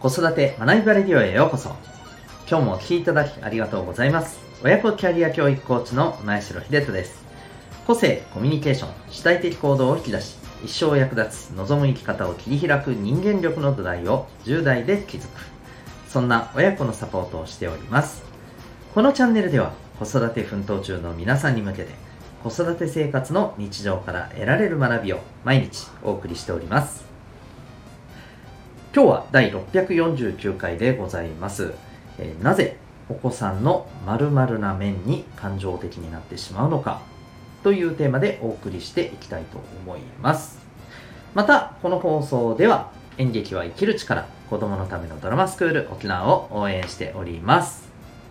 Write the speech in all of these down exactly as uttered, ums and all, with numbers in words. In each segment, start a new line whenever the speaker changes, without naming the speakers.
子育て学びバレディオへようこそ。今日もお聞きいただきありがとうございます。親子キャリア教育コーチの前城秀人です。個性、コミュニケーション、主体的行動を引き出し、一生役立つ望む生き方を切り開く人間力の土台をじゅう代で築く、そんな親子のサポートをしております。このチャンネルでは子育て奮闘中の皆さんに向けて、子育て生活の日常から得られる学びを毎日お送りしております。今日は第ろっぴゃくよんじゅうきゅうかいでございます。えー、なぜお子さんの〇〇な面に感情的になってしまうのかというテーマでお送りしていきたいと思います。またこの放送では演劇は生きる力、子供のためのドラマスクール沖縄を応援しております。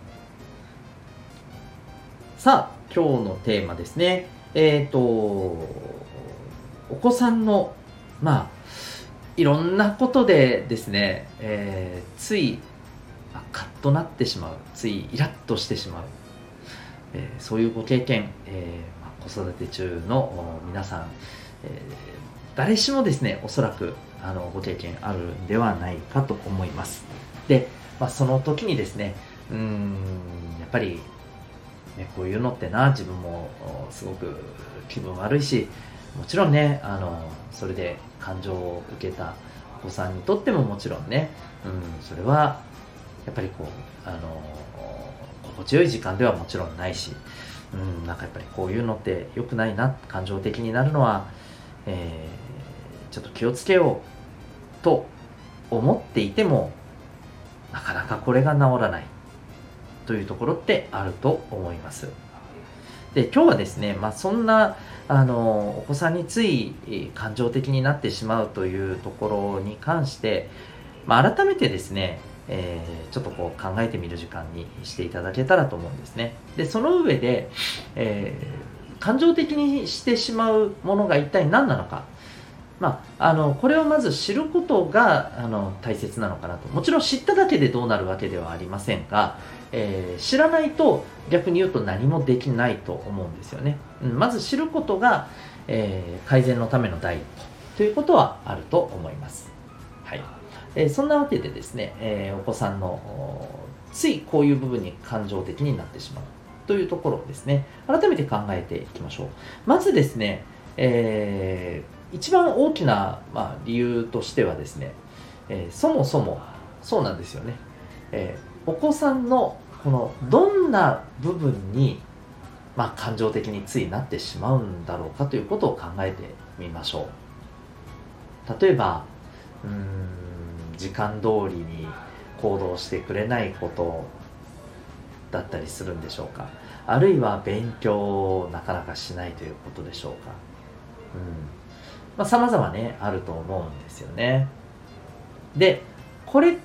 さあ今日のテーマですね。えっとお子さんのまあいろんなことでですね、えー、ついカッとなってしまう、ついイラッとしてしまう、えー、そういうご経験、えー、子育て中の皆さん、えー、誰しもですねおそらくあのご経験あるんではないかと思います。で、まあ、その時にですねうーんやっぱり、ね、こういうのってな自分もすごく気分悪いし、もちろんねあのそれで感情を受けたお子さんにとってももちろんね、うん、それはやっぱりこうあの心地よい時間ではもちろんないし、うん、なんかやっぱりこういうのって良くないな、感情的になるのは、えー、ちょっと気をつけようと思っていてもなかなかこれが治らないというところってあると思います。で今日はですね、まあ、そんなあのお子さんについ感情的になってしまうというところに関して、まあ、改めてですね、えー、ちょっとこう考えてみる時間にしていただけたらと思うんですね。でその上で、えー、感情的にしてしまうものが一体何なのか、まあ、あのこれをまず知ることがあの大切なのかなと。もちろん知っただけでどうなるわけではありませんが、えー、知らないと逆に言うと何もできないと思うんですよね。うん、まず知ることが、えー、改善のための第一歩ということはあると思います。はい。えー、そんなわけでですね、えー、お子さんのついこういう部分に感情的になってしまうというところをですね、改めて考えていきましょう。まずですね、えー一番大きな、まあ、理由としてはですね、えー、そもそもそうなんですよね、えー、お子さんのこのどんな部分に、まあ、感情的についなってしまうんだろうかということを考えてみましょう。例えばうーん時間通りに行動してくれないことだったりするんでしょうか。あるいは勉強をなかなかしないということでしょうか。うんまあ、様々ね、あると思うんですよね。で、これって、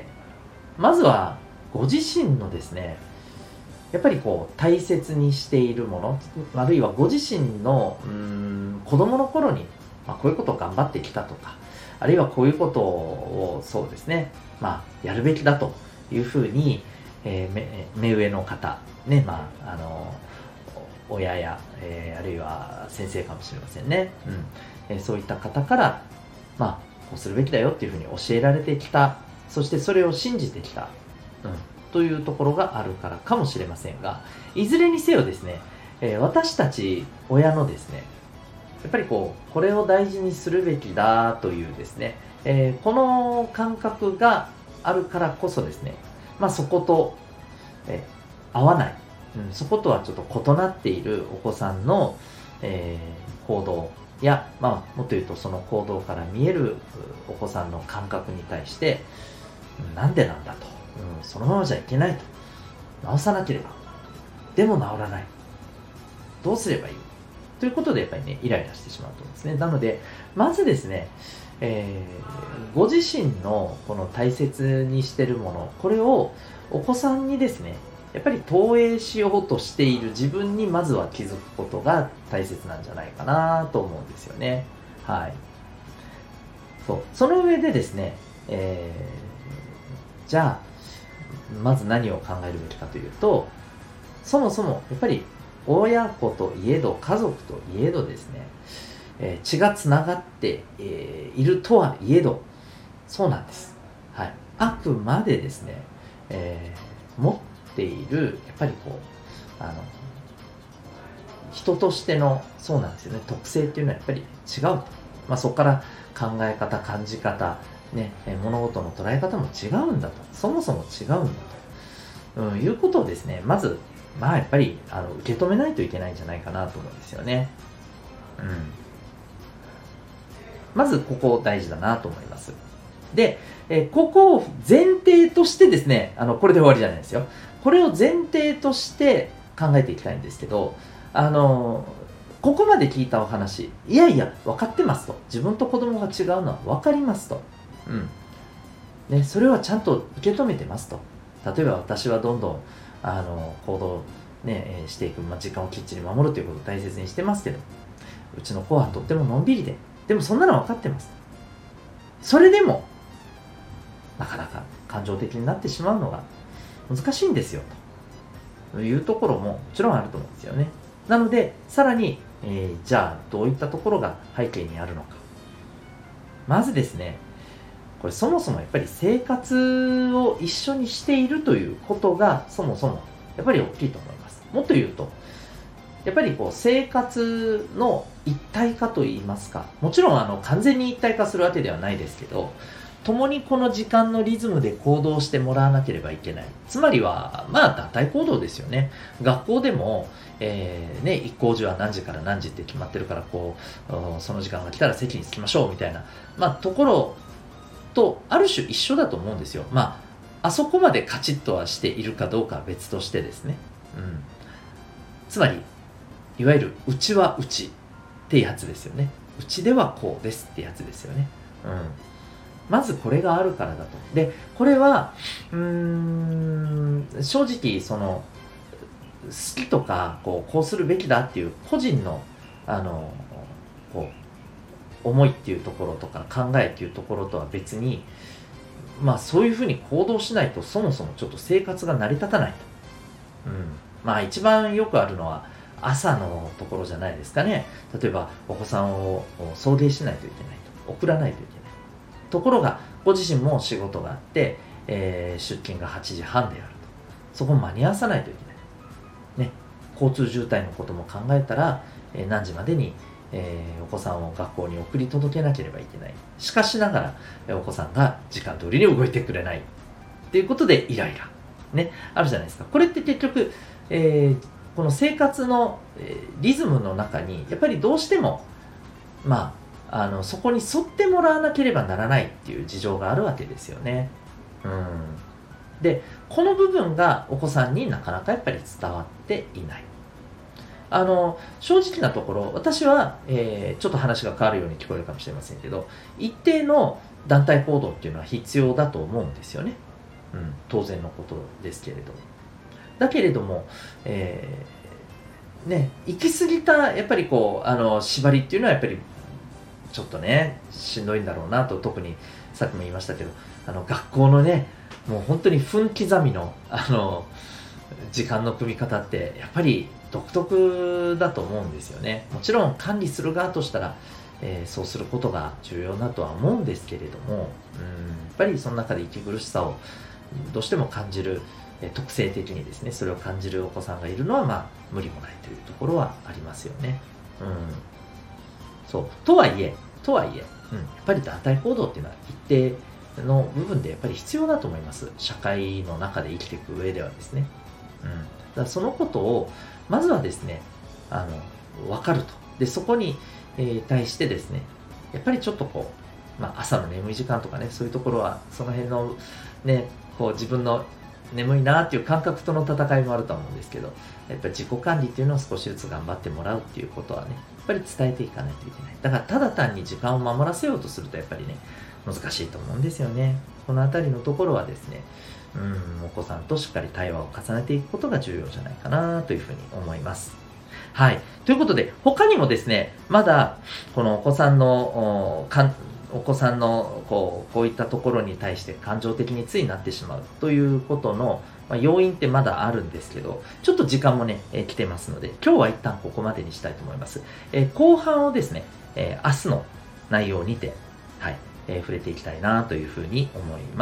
まずはご自身のですね、やっぱりこう大切にしているもの、あるいはご自身のうーん子供の頃に、まあ、こういうことを頑張ってきたとか、あるいはこういうことをそうですね、まあ、やるべきだというふうに、えー、目、目上の方、ね、まあ、あの、親や、えー、あるいは先生かもしれませんね。うんえー、そういった方から、まあ、こうするべきだよっていうふうに教えられてきた、そしてそれを信じてきた、うん、というところがあるからかもしれませんが、いずれにせよですね、えー、私たち親のですね、やっぱりこう、これを大事にするべきだというですね、えー、この感覚があるからこそですね、まあそこと、えー、合わない、うん、そことはちょっと異なっているお子さんの、えー、行動や、まあ、もっと言うとその行動から見えるお子さんの感覚に対して、なんでなんだと、うん、そのままじゃいけないと、直さなければ、でも治らない、どうすればいいということでやっぱりね、イライラしてしまうと思うんですね。なので、まずですね、えー、ご自身のこの大切にしているもの、これをお子さんにですね、やっぱり投影しようとしている自分にまずは気づくことが大切なんじゃないかなと思うんですよね。はい。そう。その上でですね、えー、じゃあ、まず何を考えるべきかというと、そもそもやっぱり親子といえど、家族といえどですね、えー、血がつながって、えー、いるとはいえど、そうなんです。はい。 あくまでですね、えー、持っているやっぱりこうあの人としてのそうなんですよね、特性っていうのはやっぱり違うと、まあ、そこから考え方、感じ方、ね、物事の捉え方も違うんだと、そもそも違うんだと、うん、いうことをですね、まずまあやっぱりあの受け止めないといけないんじゃないかなと思うんですよね。うん、まずここ大事だなと思います。で、えここを前提としてですね、あのこれで終わりじゃないですよ。これを前提として考えていきたいんですけど、あのここまで聞いたお話、いやいや分かってますと、自分と子供が違うのは分かりますと、うんね、それはちゃんと受け止めてますと。例えば私はどんどんあの行動、ね、していく、まあ、時間をきっちり守るということを大切にしてますけど、うちの子はとってものんびりで、でもそんなの分かってます。それでもなかなか感情的になってしまうのが難しいんですよというところももちろんあると思うんですよね。なのでさらに、えー、じゃあどういったところが背景にあるのか。まずですね、これそもそもやっぱり生活を一緒にしているということがそもそもやっぱり大きいと思います。もっと言うとやっぱりこう生活の一体化といいますか、もちろんあの完全に一体化するわけではないですけど、共にこの時間のリズムで行動してもらわなければいけない。つまりは、まあ団体行動ですよね。学校でも、えー、ね、一向時は何時から何時って決まってるから、こう、その時間が来たら席に着きましょうみたいな、まあところとある種一緒だと思うんですよ。まあ、あそこまでカチッとはしているかどうかは別としてですね。うん。つまり、いわゆるうちはうちってやつですよね。うちではこうですってやつですよね。うん。まずこれがあるからだと。で、これは、うーん、正直、その、好きとか、こう、こうするべきだっていう個人の、あの、こう、思いっていうところとか考えっていうところとは別に、まあそういうふうに行動しないとそもそもちょっと生活が成り立たないと。うん。まあ一番よくあるのは朝のところじゃないですかね。例えばお子さんを送迎しないといけないと。送らないといけない。ところがご自身も仕事があって、えー、出勤がはちじはんであると。そこを間に合わさないといけない。ね。交通渋滞のことも考えたら、えー、何時までにえー、お子さんを学校に送り届けなければいけない。しかしながら、お子さんが時間通りに動いてくれない。っていうことでイライラ。ね、あるじゃないですか。これって結局、えー、この生活の、えー、リズムの中に、やっぱりどうしても、まあ、あの、そこに沿ってもらわなければならないっていう事情があるわけですよね。うん。で、この部分がお子さんになかなかやっぱり伝わっていない。あの正直なところ私は、えー、ちょっと話が変わるように聞こえるかもしれませんけど、一定の団体行動っていうのは必要だと思うんですよね、うん、当然のことですけれども。だけれども、えー、ね、行き過ぎたやっぱりこうあの縛りっていうのはやっぱりちょっとねしんどいんだろうなと。特にさっきも言いましたけど、あの学校のねもう本当に分刻みのあの時間の組み方ってやっぱり独特だと思うんですよね。もちろん管理する側としたら、えー、そうすることが重要だとは思うんですけれども、うん、やっぱりその中で息苦しさをどうしても感じる、えー、特性的にですねそれを感じるお子さんがいるのはまあ無理もないというところはありますよね。うん、そうとはいえとはいえ、うん、やっぱり団体行動っていうのは一定の部分でやっぱり必要だと思います。社会の中で生きていく上ではですね。うん、だからそのことをまずはですね、あの、分かると。で、そこに、えー、対してですね、やっぱりちょっとこう、まあ、朝の眠い時間とかね、そういうところは、その辺の、ね、こう、自分の眠いなっていう感覚との戦いもあると思うんですけど、やっぱり自己管理っていうのを少しずつ頑張ってもらうっていうことはね、やっぱり伝えていかないといけない。だから、ただ単に時間を守らせようとすると、やっぱりね、難しいと思うんですよね。このあたりのところはですね、うん、お子さんとしっかり対話を重ねていくことが重要じゃないかなというふうに思います。はい。ということで、他にもですね、まだ、このお子さんの、おかんお子さんのこうこういったところに対して感情的についなってしまうということの、まあ、要因ってまだあるんですけど、ちょっと時間もね、えー、来てますので、今日は一旦ここまでにしたいと思います。えー、後半をですね、えー、明日の内容にて、はい、えー、触れていきたいなというふうに思います。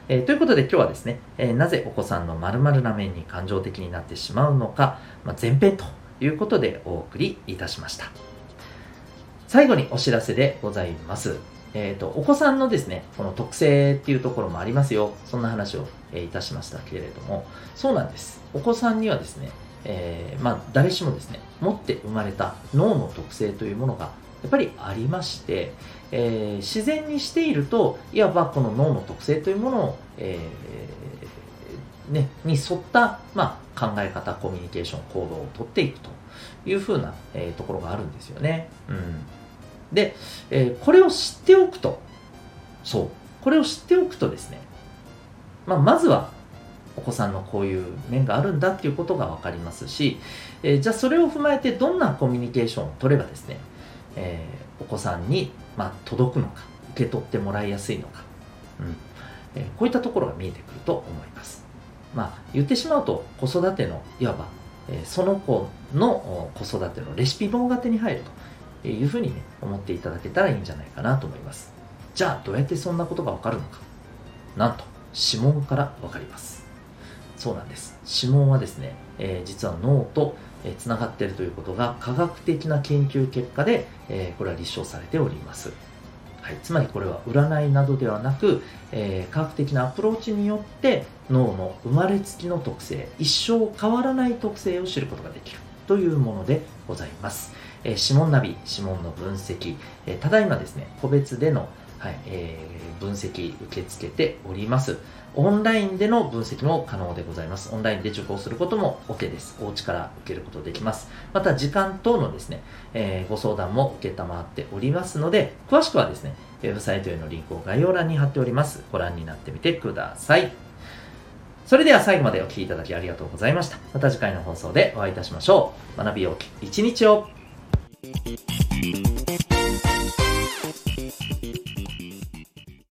えー、ということで今日はですね、えー、なぜお子さんの〇〇な面に感情的になってしまうのか、まあ、前編ということでお送りいたしました。最後にお知らせでございます。えっと、お子さんのですね、この特性っていうところもありますよ。そんな話を、えーいたしましたけれども、そうなんです。お子さんにはですね、えーまあ、誰しもですね、持って生まれた脳の特性というものがやっぱりありまして、えー自然にしていると、いわばこの脳の特性というものを、えーね、に沿った、まあ、考え方、コミュニケーション、行動をとっていくというふうな、えーところがあるんですよね。うん、で、えーこれを知っておくと、そう、これを知っておくとですね、まあ、まずはお子さんのこういう面があるんだっていうことが分かりますし、えーじゃあそれを踏まえてどんなコミュニケーションを取ればですね、えーお子さんに、まあ、届くのか、受け取ってもらいやすいのか、うんえーこういったところが見えてくると思います。まあ、言ってしまうと子育てのいわば、えーその子のお子育てのレシピ本が手に入るというふうにね、思っていただけたらいいんじゃないかなと思います。じゃあどうやってそんなことがわかるのか。なんと指紋からわかります。そうなんです。指紋はですね、えー実は脳とつながっているということが科学的な研究結果で、えーこれは立証されております。はい、つまりこれは占いなどではなく、えー科学的なアプローチによって脳の生まれつきの特性、一生変わらない特性を知ることができるというものでございます。えー指紋ナビ、指紋の分析、えーただいまですね、個別での、はいえー分析受け付けております。オンラインでの分析も可能でございます。オンラインで受講することも OK です。お家から受けることできます。また時間等のですね、えーご相談も受けたまっておりますので、詳しくはですね、ウェブサイトへのリンクを概要欄に貼っております。ご覧になってみてください。それでは最後までお聞きいただきありがとうございました。また次回の放送でお会いいたしましょう。学びようき一日を。